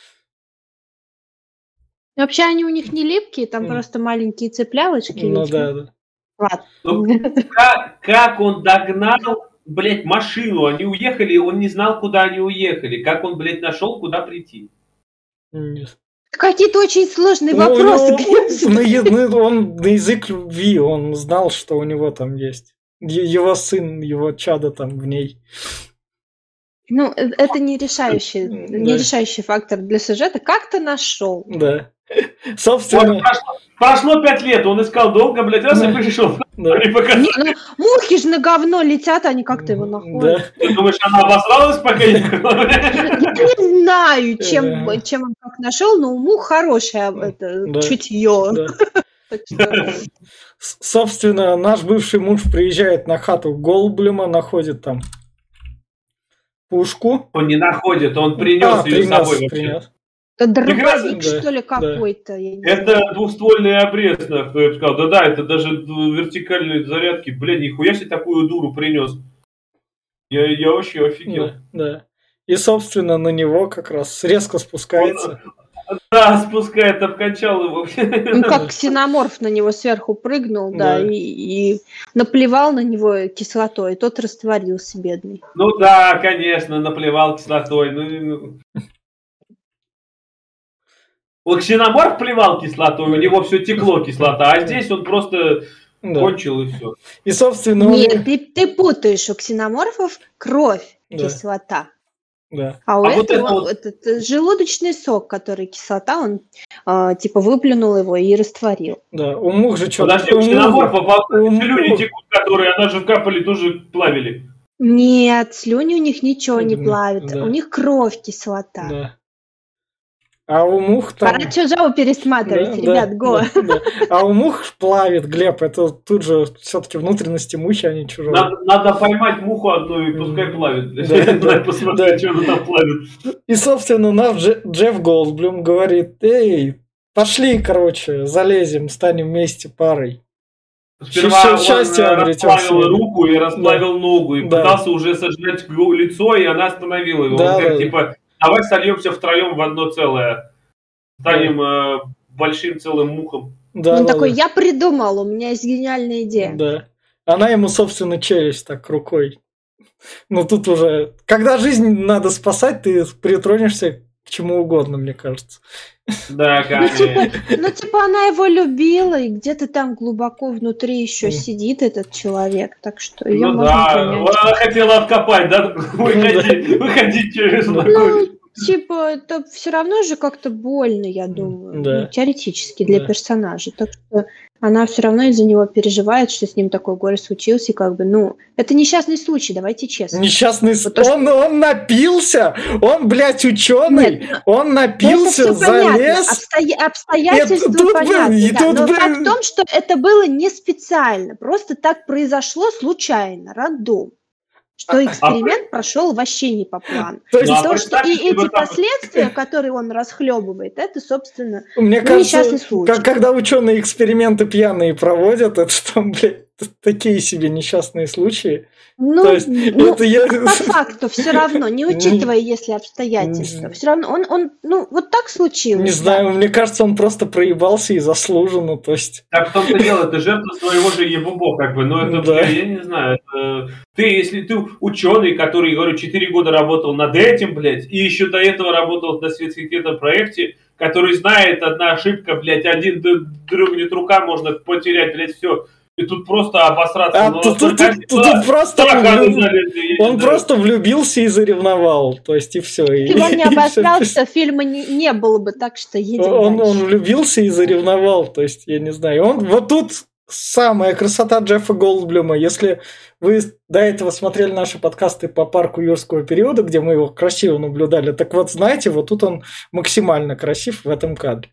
Вообще они у них не липкие, там просто маленькие цеплялочки. Ну да. Ладно. Как он догнал, блядь, машину? Они уехали, он не знал, куда они уехали. Как он, блядь, нашел, куда прийти? Нет. Какие-то очень сложные вопросы. Он на язык любви, он знал, что у него там есть. Его сын, его чадо там в ней. Ну, это не решающий фактор для сюжета. Как ты нашел? Да. Собственно... Прошло 5 лет, он искал долго, блядь, раз и пришел. Мухи же на говно летят, они как-то его находят. Ты думаешь, она обосралась, пока ехала? Я не знаю, чем он как нашел, но у мух хорошее чутье. Собственно, наш бывший муж приезжает на хату Голдблюма, находит там пушку. Он не находит, он принес ее с собой вообще. Дробовик, что ли, какой-то. Это двухствольный обрез, нахуй, я бы сказал. Да, это даже вертикальные зарядки. Блин, нихуя себе такую дуру принес. Я вообще офигел. Да. И, собственно, на него как раз резко спускается. Да, спускает, обкачал его. Ну, как ксеноморф на него сверху прыгнул, да, и наплевал на него кислотой, тот растворился, бедный. Ну да, конечно, наплевал кислотой. Ну. Вот ксеноморф плевал кислотой, у него все текло кислота, а здесь он просто кончил и все. И, собственно... Нет, ты путаешь, у ксеноморфов кровь, кислота. Да. А у этого этот желудочный сок, который кислота, он типа выплюнул его и растворил. Да, у мух же что-то... Подожди, у ксеноморфов слюни текут, которые, она же капали, тоже плавили. Нет, слюни у них ничего не плавит, у них кровь кислота. Да. А у мух там... Пора чужого пересматривать, ребят, го. Да. А у мух плавит, Глеб, это тут же все-таки внутренности мухи, а не чужого. Надо поймать муху одну и пускай плавит. Да, посмотреть, что она там плавит. И, собственно, наш Джефф Голдблюм говорит, эй, пошли, короче, залезем, станем вместе парой. Сперва он расплавил руку и расплавил ногу, и пытался уже сожрать лицо, и она остановила его. Он говорит, типа, давай сольемся втроем в одно целое. Станем большим целым мухом. Он такой, я придумал, у меня есть гениальная идея. Да. Она ему, собственно, челюсть так рукой. Ну, тут уже... Когда жизнь надо спасать, ты притронешься к чему угодно, мне кажется. Да, конечно. Ну, типа, она его любила, и где-то там глубоко внутри еще сидит этот человек, так что ее можно понять. Она хотела откопать, да? Выходить через ногу. Типа, это все равно же как-то больно, я думаю, теоретически для персонажа. Так что она все равно из-за него переживает, что с ним такое горе случилось, и как бы, ну, это несчастный случай, давайте честно. Несчастный случай? Он напился, он, блядь, ученый, он напился, залез. Обстоятельства понятны, но факт в том, что это было не специально, просто так произошло случайно, рандом. Что эксперимент прошел вообще не по плану. То что и эти последствия, которые он расхлебывает, это, собственно, мне кажется, несчастный случай. Когда ученые эксперименты пьяные проводят, это там, блядь, такие себе несчастные случаи. Ну, по факту все равно, не учитывая, если обстоятельства, все равно он, ну, вот так случилось. Не знаю, мне кажется, он просто проебался и заслуженно, то есть. Так в том-то дело, это жертва своего же ебубо, как бы, но это, я не знаю, это... если ты ученый, который, говорю, 4 года работал над этим, блядь, и еще до этого работал на светском проекте, который знает, одна ошибка, блядь, один дрыгнет рука, можно потерять, блядь, все. И тут просто обосраться. Тут просто он просто влюбился и заревновал. То есть и все. Если он не обосрался, фильма не было бы, так что едем дальше. Он влюбился и заревновал. То есть, я не знаю. Вот тут самая красота Джеффа Голдблюма. Если вы до этого смотрели наши подкасты по парку юрского периода, где мы его красиво наблюдали, так вот, знаете, вот тут он максимально красив в этом кадре.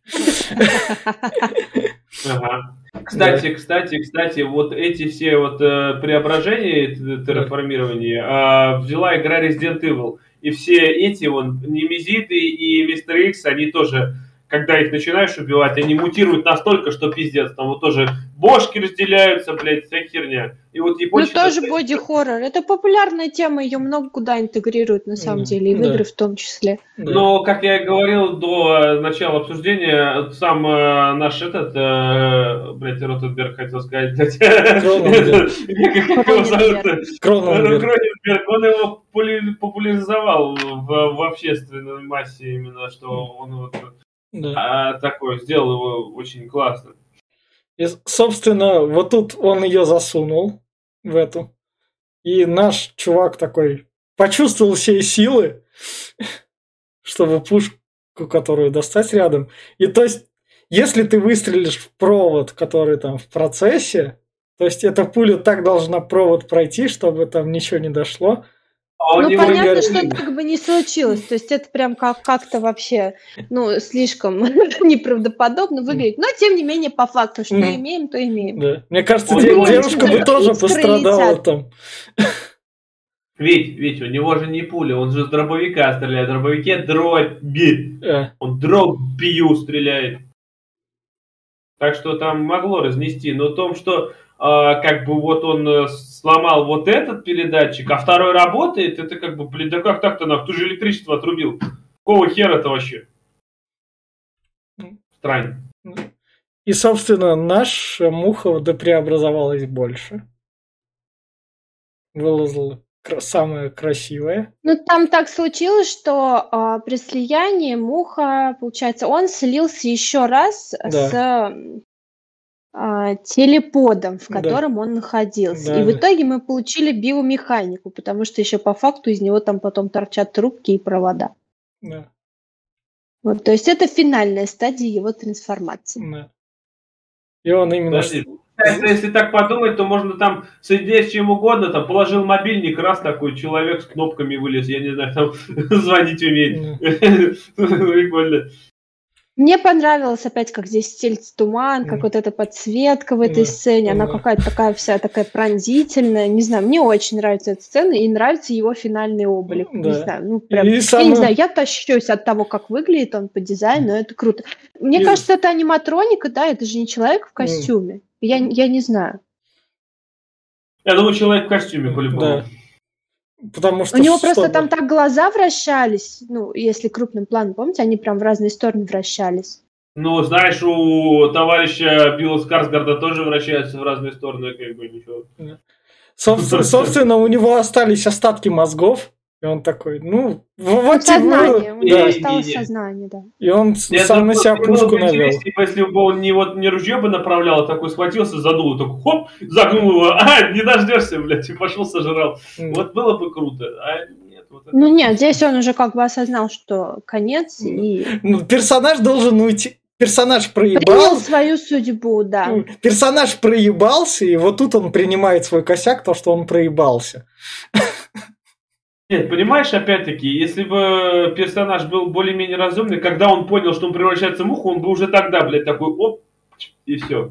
Кстати, вот эти все вот преображения, терраформирования взяла игра Resident Evil. И все эти немезиды и Мистер Икс, они тоже, когда их начинаешь убивать, они мутируют настолько, что пиздец. Там вот тоже бошки разделяются, блядь, вся херня. И вот японцы... Ну, тоже боди-хоррор. Это популярная тема, ее много куда интегрируют, на самом деле, и в игры в том числе. Но, как я и говорил до начала обсуждения, сам наш блядь, Ротенберг хотел сказать, блядь. Как его зовут? Кроненберг. Он его популяризовал в общественной массе именно, что он такой, сделал его очень классно. И, собственно, вот тут он ее засунул в эту. И наш чувак такой почувствовал все силы, чтобы пушку, которую достать рядом. И то есть, если ты выстрелишь в провод, который там в процессе, то есть эта пуля так должна провод пройти, чтобы там ничего не дошло. Ну, понятно, что это как бы не случилось. То есть это прям как-то вообще, ну, слишком неправдоподобно выглядит. Но, тем не менее, по факту, что имеем, то имеем. Да. Мне кажется, девушка бы тоже пострадала там. Ведь у него же не пуля, он же с дробовика стреляет. В дробовике дроби. Он дробью стреляет. Так что там могло разнести. Но в том, что как бы вот он сломал вот этот передатчик, а второй работает, это как бы, блин, да как так-то нахуй? Ты же электричество отрубил. Какого хера-то вообще? Трань. И, собственно, наша муха допреобразовалась больше. Вылазила самое красивое. Ну, там так случилось, что при слиянии муха, получается, он слился еще раз с телеподом, в котором он находился. Да, и в итоге мы получили биомеханику, потому что еще по факту из него там потом торчат трубки и провода. Да. Вот, то есть это финальная стадия его трансформации. Да. И он именно... Если так подумать, то можно там соединять с чем угодно, там положил мобильник, раз такой человек с кнопками вылез, я не знаю, там звонить умеет. Прикольно. Мне понравилось опять, как здесь стелится туман, как вот эта подсветка в этой сцене, она какая-то такая вся такая пронзительная, не знаю, мне очень нравится эта сцена и нравится его финальный облик, не знаю, ну прям, я не знаю, я тащусь от того, как выглядит он по дизайну, это круто. Мне кажется, это аниматроника, да, это же не человек в костюме, я не знаю. Я думаю, человек в костюме по-любому. Да. Потому что у него просто там так глаза вращались, ну, если крупным планом, помните, они прям в разные стороны вращались. Ну, знаешь, у товарища Билла Скарсгарда тоже вращаются в разные стороны, как бы ничего. Собственно, у него остались остатки мозгов, и он такой, сознание, у него осталось сознание, да. И он сам на себя пушку навел. Если бы он не ружье бы направлял, такой схватился, задул, такой хоп, загнул его, не дождешься, блядь, и пошел сожрал. Вот было бы круто, а нет. Вот это... нет, здесь он уже как бы осознал, что конец, и... персонаж должен уйти. Персонаж проебался. Принял свою судьбу, да. Персонаж проебался, и вот тут он принимает свой косяк, то, что он проебался. Нет, понимаешь, опять-таки, если бы персонаж был более-менее разумный, когда он понял, что он превращается в муху, он бы уже тогда, блядь, такой, оп, и все.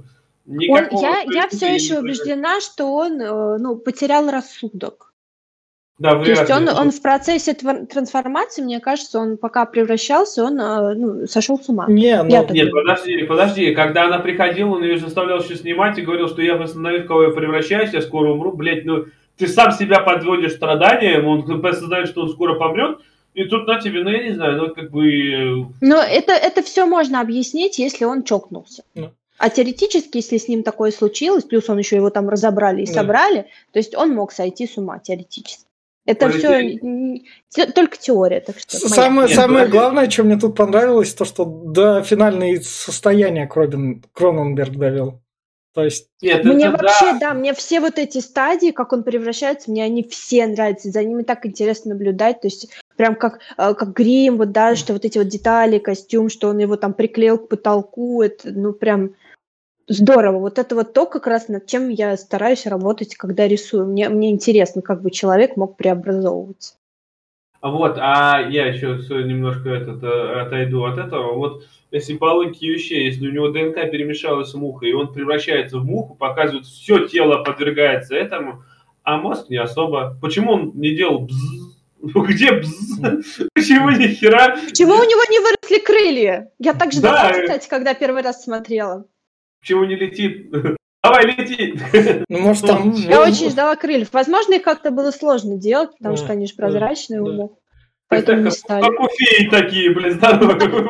Я все еще убеждена, что он потерял рассудок. Да, то есть он в процессе трансформации, мне кажется, он пока превращался, он сошел с ума. Нет, подожди, когда она приходила, он ее заставлял еще снимать и говорил, что я восстановлю, в кого я превращаюсь, я скоро умру, блядь, ты сам себя подводишь страданием, он осознает, что он скоро помрет, и тут на тебе, я не знаю, как бы... Но это все можно объяснить, если он чокнулся. А теоретически, если с ним такое случилось, плюс он еще его там разобрали и собрали, то есть он мог сойти с ума теоретически. Это все только теория. Так что самое главное, что мне тут понравилось, то, что до финального состояния Кроненберг довел. То есть... Мне вообще, мне все вот эти стадии, как он превращается, мне они все нравятся, за ними так интересно наблюдать, то есть прям как грим, вот, да, что вот эти вот детали, костюм, что он его там приклеил к потолку, это, прям здорово. Вот это вот то, как раз над чем я стараюсь работать, когда рисую. Мне интересно, как бы человек мог преобразовываться. Вот, а я еще немножко отойду от этого. Вот если по логике вещей, если у него ДНК перемешалась с мухой, и он превращается в муху, показывает, все тело подвергается этому, а мозг не особо. Почему он не делал бзз? Где бзз? Почему ни хера? Почему у него не выросли крылья? Я так ждала, кстати, когда первый раз смотрела. Почему не летит? Давай, лети! Может, там... Я очень ждала крыльев. Возможно, их как-то было сложно делать, потому что они же прозрачные уже. Поэтому не стали. Как у феи такие, блин, здоровые.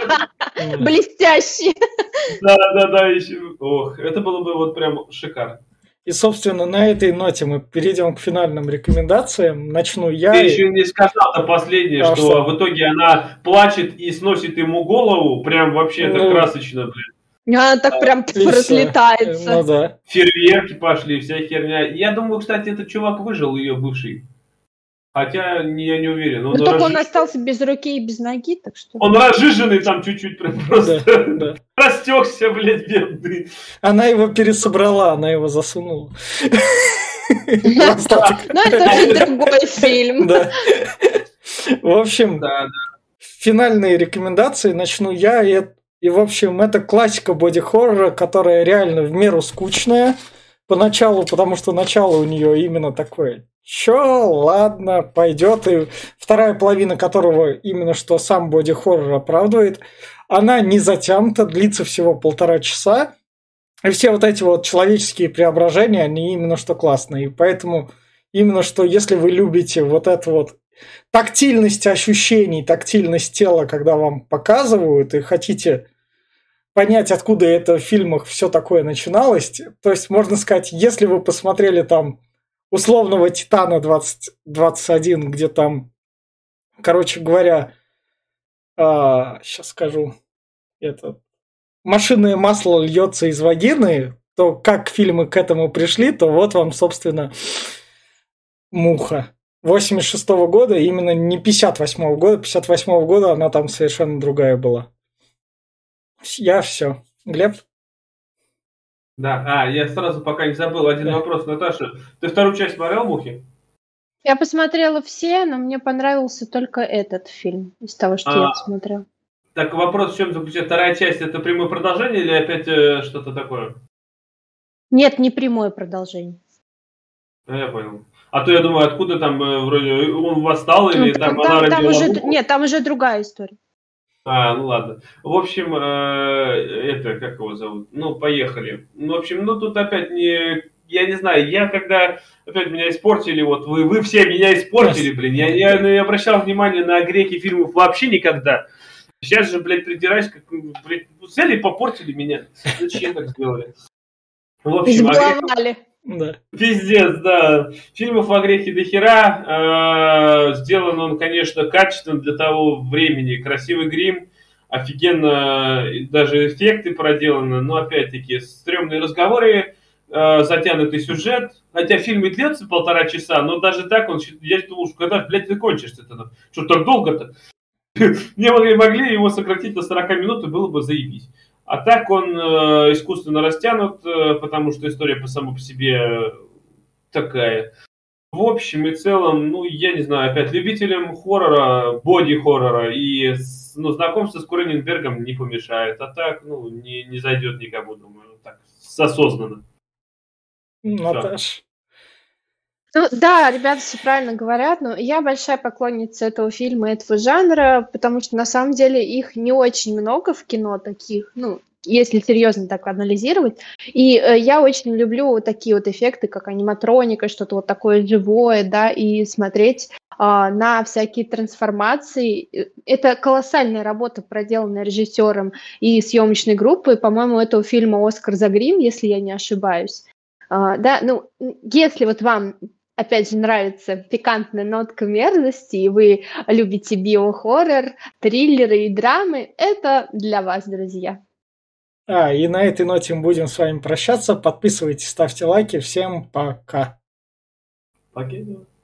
Блестящие. Да, еще. Ох, это было бы вот прям шикарно. И, собственно, на этой ноте мы перейдем к финальным рекомендациям. Начну я. Ты еще не сказал-то последнее, что в итоге она плачет и сносит ему голову. Прям вообще это красочно, блин. Она так прям разлетается. Да. Фейерверки пошли, вся херня. Я думаю, кстати, этот чувак выжил, ее бывший. Хотя я не уверен. Только он остался без руки и без ноги, так что... Он разжиженный там чуть-чуть, прям просто растекся, блядь, бедный. Она его пересобрала, она его засунула. Ну, это уже другой фильм. В общем, финальные рекомендации начну я. И, в общем, это классика боди-хоррора, которая реально в меру скучная поначалу, потому что начало у нее именно такое. Чё, ладно, пойдет. И вторая половина которого именно что сам боди-хоррор оправдывает. Она не затянута, длится всего 1,5 часа. И все вот эти вот человеческие преображения, они именно что классные. И поэтому именно что если вы любите вот это вот тактильность ощущений, тактильность тела, когда вам показывают, и хотите понять, откуда это в фильмах все такое начиналось. То есть, можно сказать, если вы посмотрели там условного Титана 2021, где там, короче говоря, сейчас скажу, это машинное масло льется из вагины, то как фильмы к этому пришли, то вот вам, собственно, «Муха». 86-го года, именно не 58-го года. 58-го года она там совершенно другая была. Я все. Глеб? Да, я сразу пока не забыл один вопрос, Наташа. Ты вторую часть смотрел «Мухи»? Я посмотрела все, но мне понравился только этот фильм из того, что я посмотрела. Так вопрос в чем заключается? Вторая часть это прямое продолжение или опять что-то такое? Нет, не прямое продолжение. Я понял. А то я думаю, откуда там вроде он восстал или там она там родила уже, муху? нет, там уже другая история. Ну ладно. В общем, это, как его зовут? Ну, поехали. В общем, тут опять я не знаю, я когда опять меня испортили, вот вы все меня испортили, блин. Я не обращал внимания на грехи фильмов вообще никогда. Сейчас же, блядь, придираюсь, как, блядь, взяли и попортили меня. Зачем так сделали? В общем, избаловали. Да. Пиздец, да. Фильмов о грехе до хера. Сделан он, конечно, качественно для того времени. Красивый грим, офигенно даже эффекты проделаны. Но, опять-таки, стрёмные разговоры, затянутый сюжет. Хотя фильм и длится 1,5 часа, но даже так я думал, что когда, блядь, закончишься-то? Что так долго-то? Мне могли его сократить до 40 минут, и было бы заебись. А так он искусственно растянут, потому что история по себе такая. В общем и целом, я не знаю, опять любителям хоррора, боди-хоррора и знакомство с Кроненбергом не помешает. А так, не зайдет никому, думаю, так, осознанно. Наташ. Да, ребята все правильно говорят, но я большая поклонница этого фильма, этого жанра, потому что на самом деле их не очень много в кино таких, если серьезно так анализировать. И я очень люблю вот такие вот эффекты, как аниматроника, что-то вот такое живое, да, и смотреть на всякие трансформации. Это колоссальная работа, проделанная режиссером и съемочной группой. По-моему, у этого фильма «Оскар за грим», если я не ошибаюсь. Да, если вот вам опять же, нравится пикантная нотка мерзости, и вы любите биохоррор, триллеры и драмы, это для вас, друзья. И на этой ноте мы будем с вами прощаться. Подписывайтесь, ставьте лайки. Всем пока. Пока.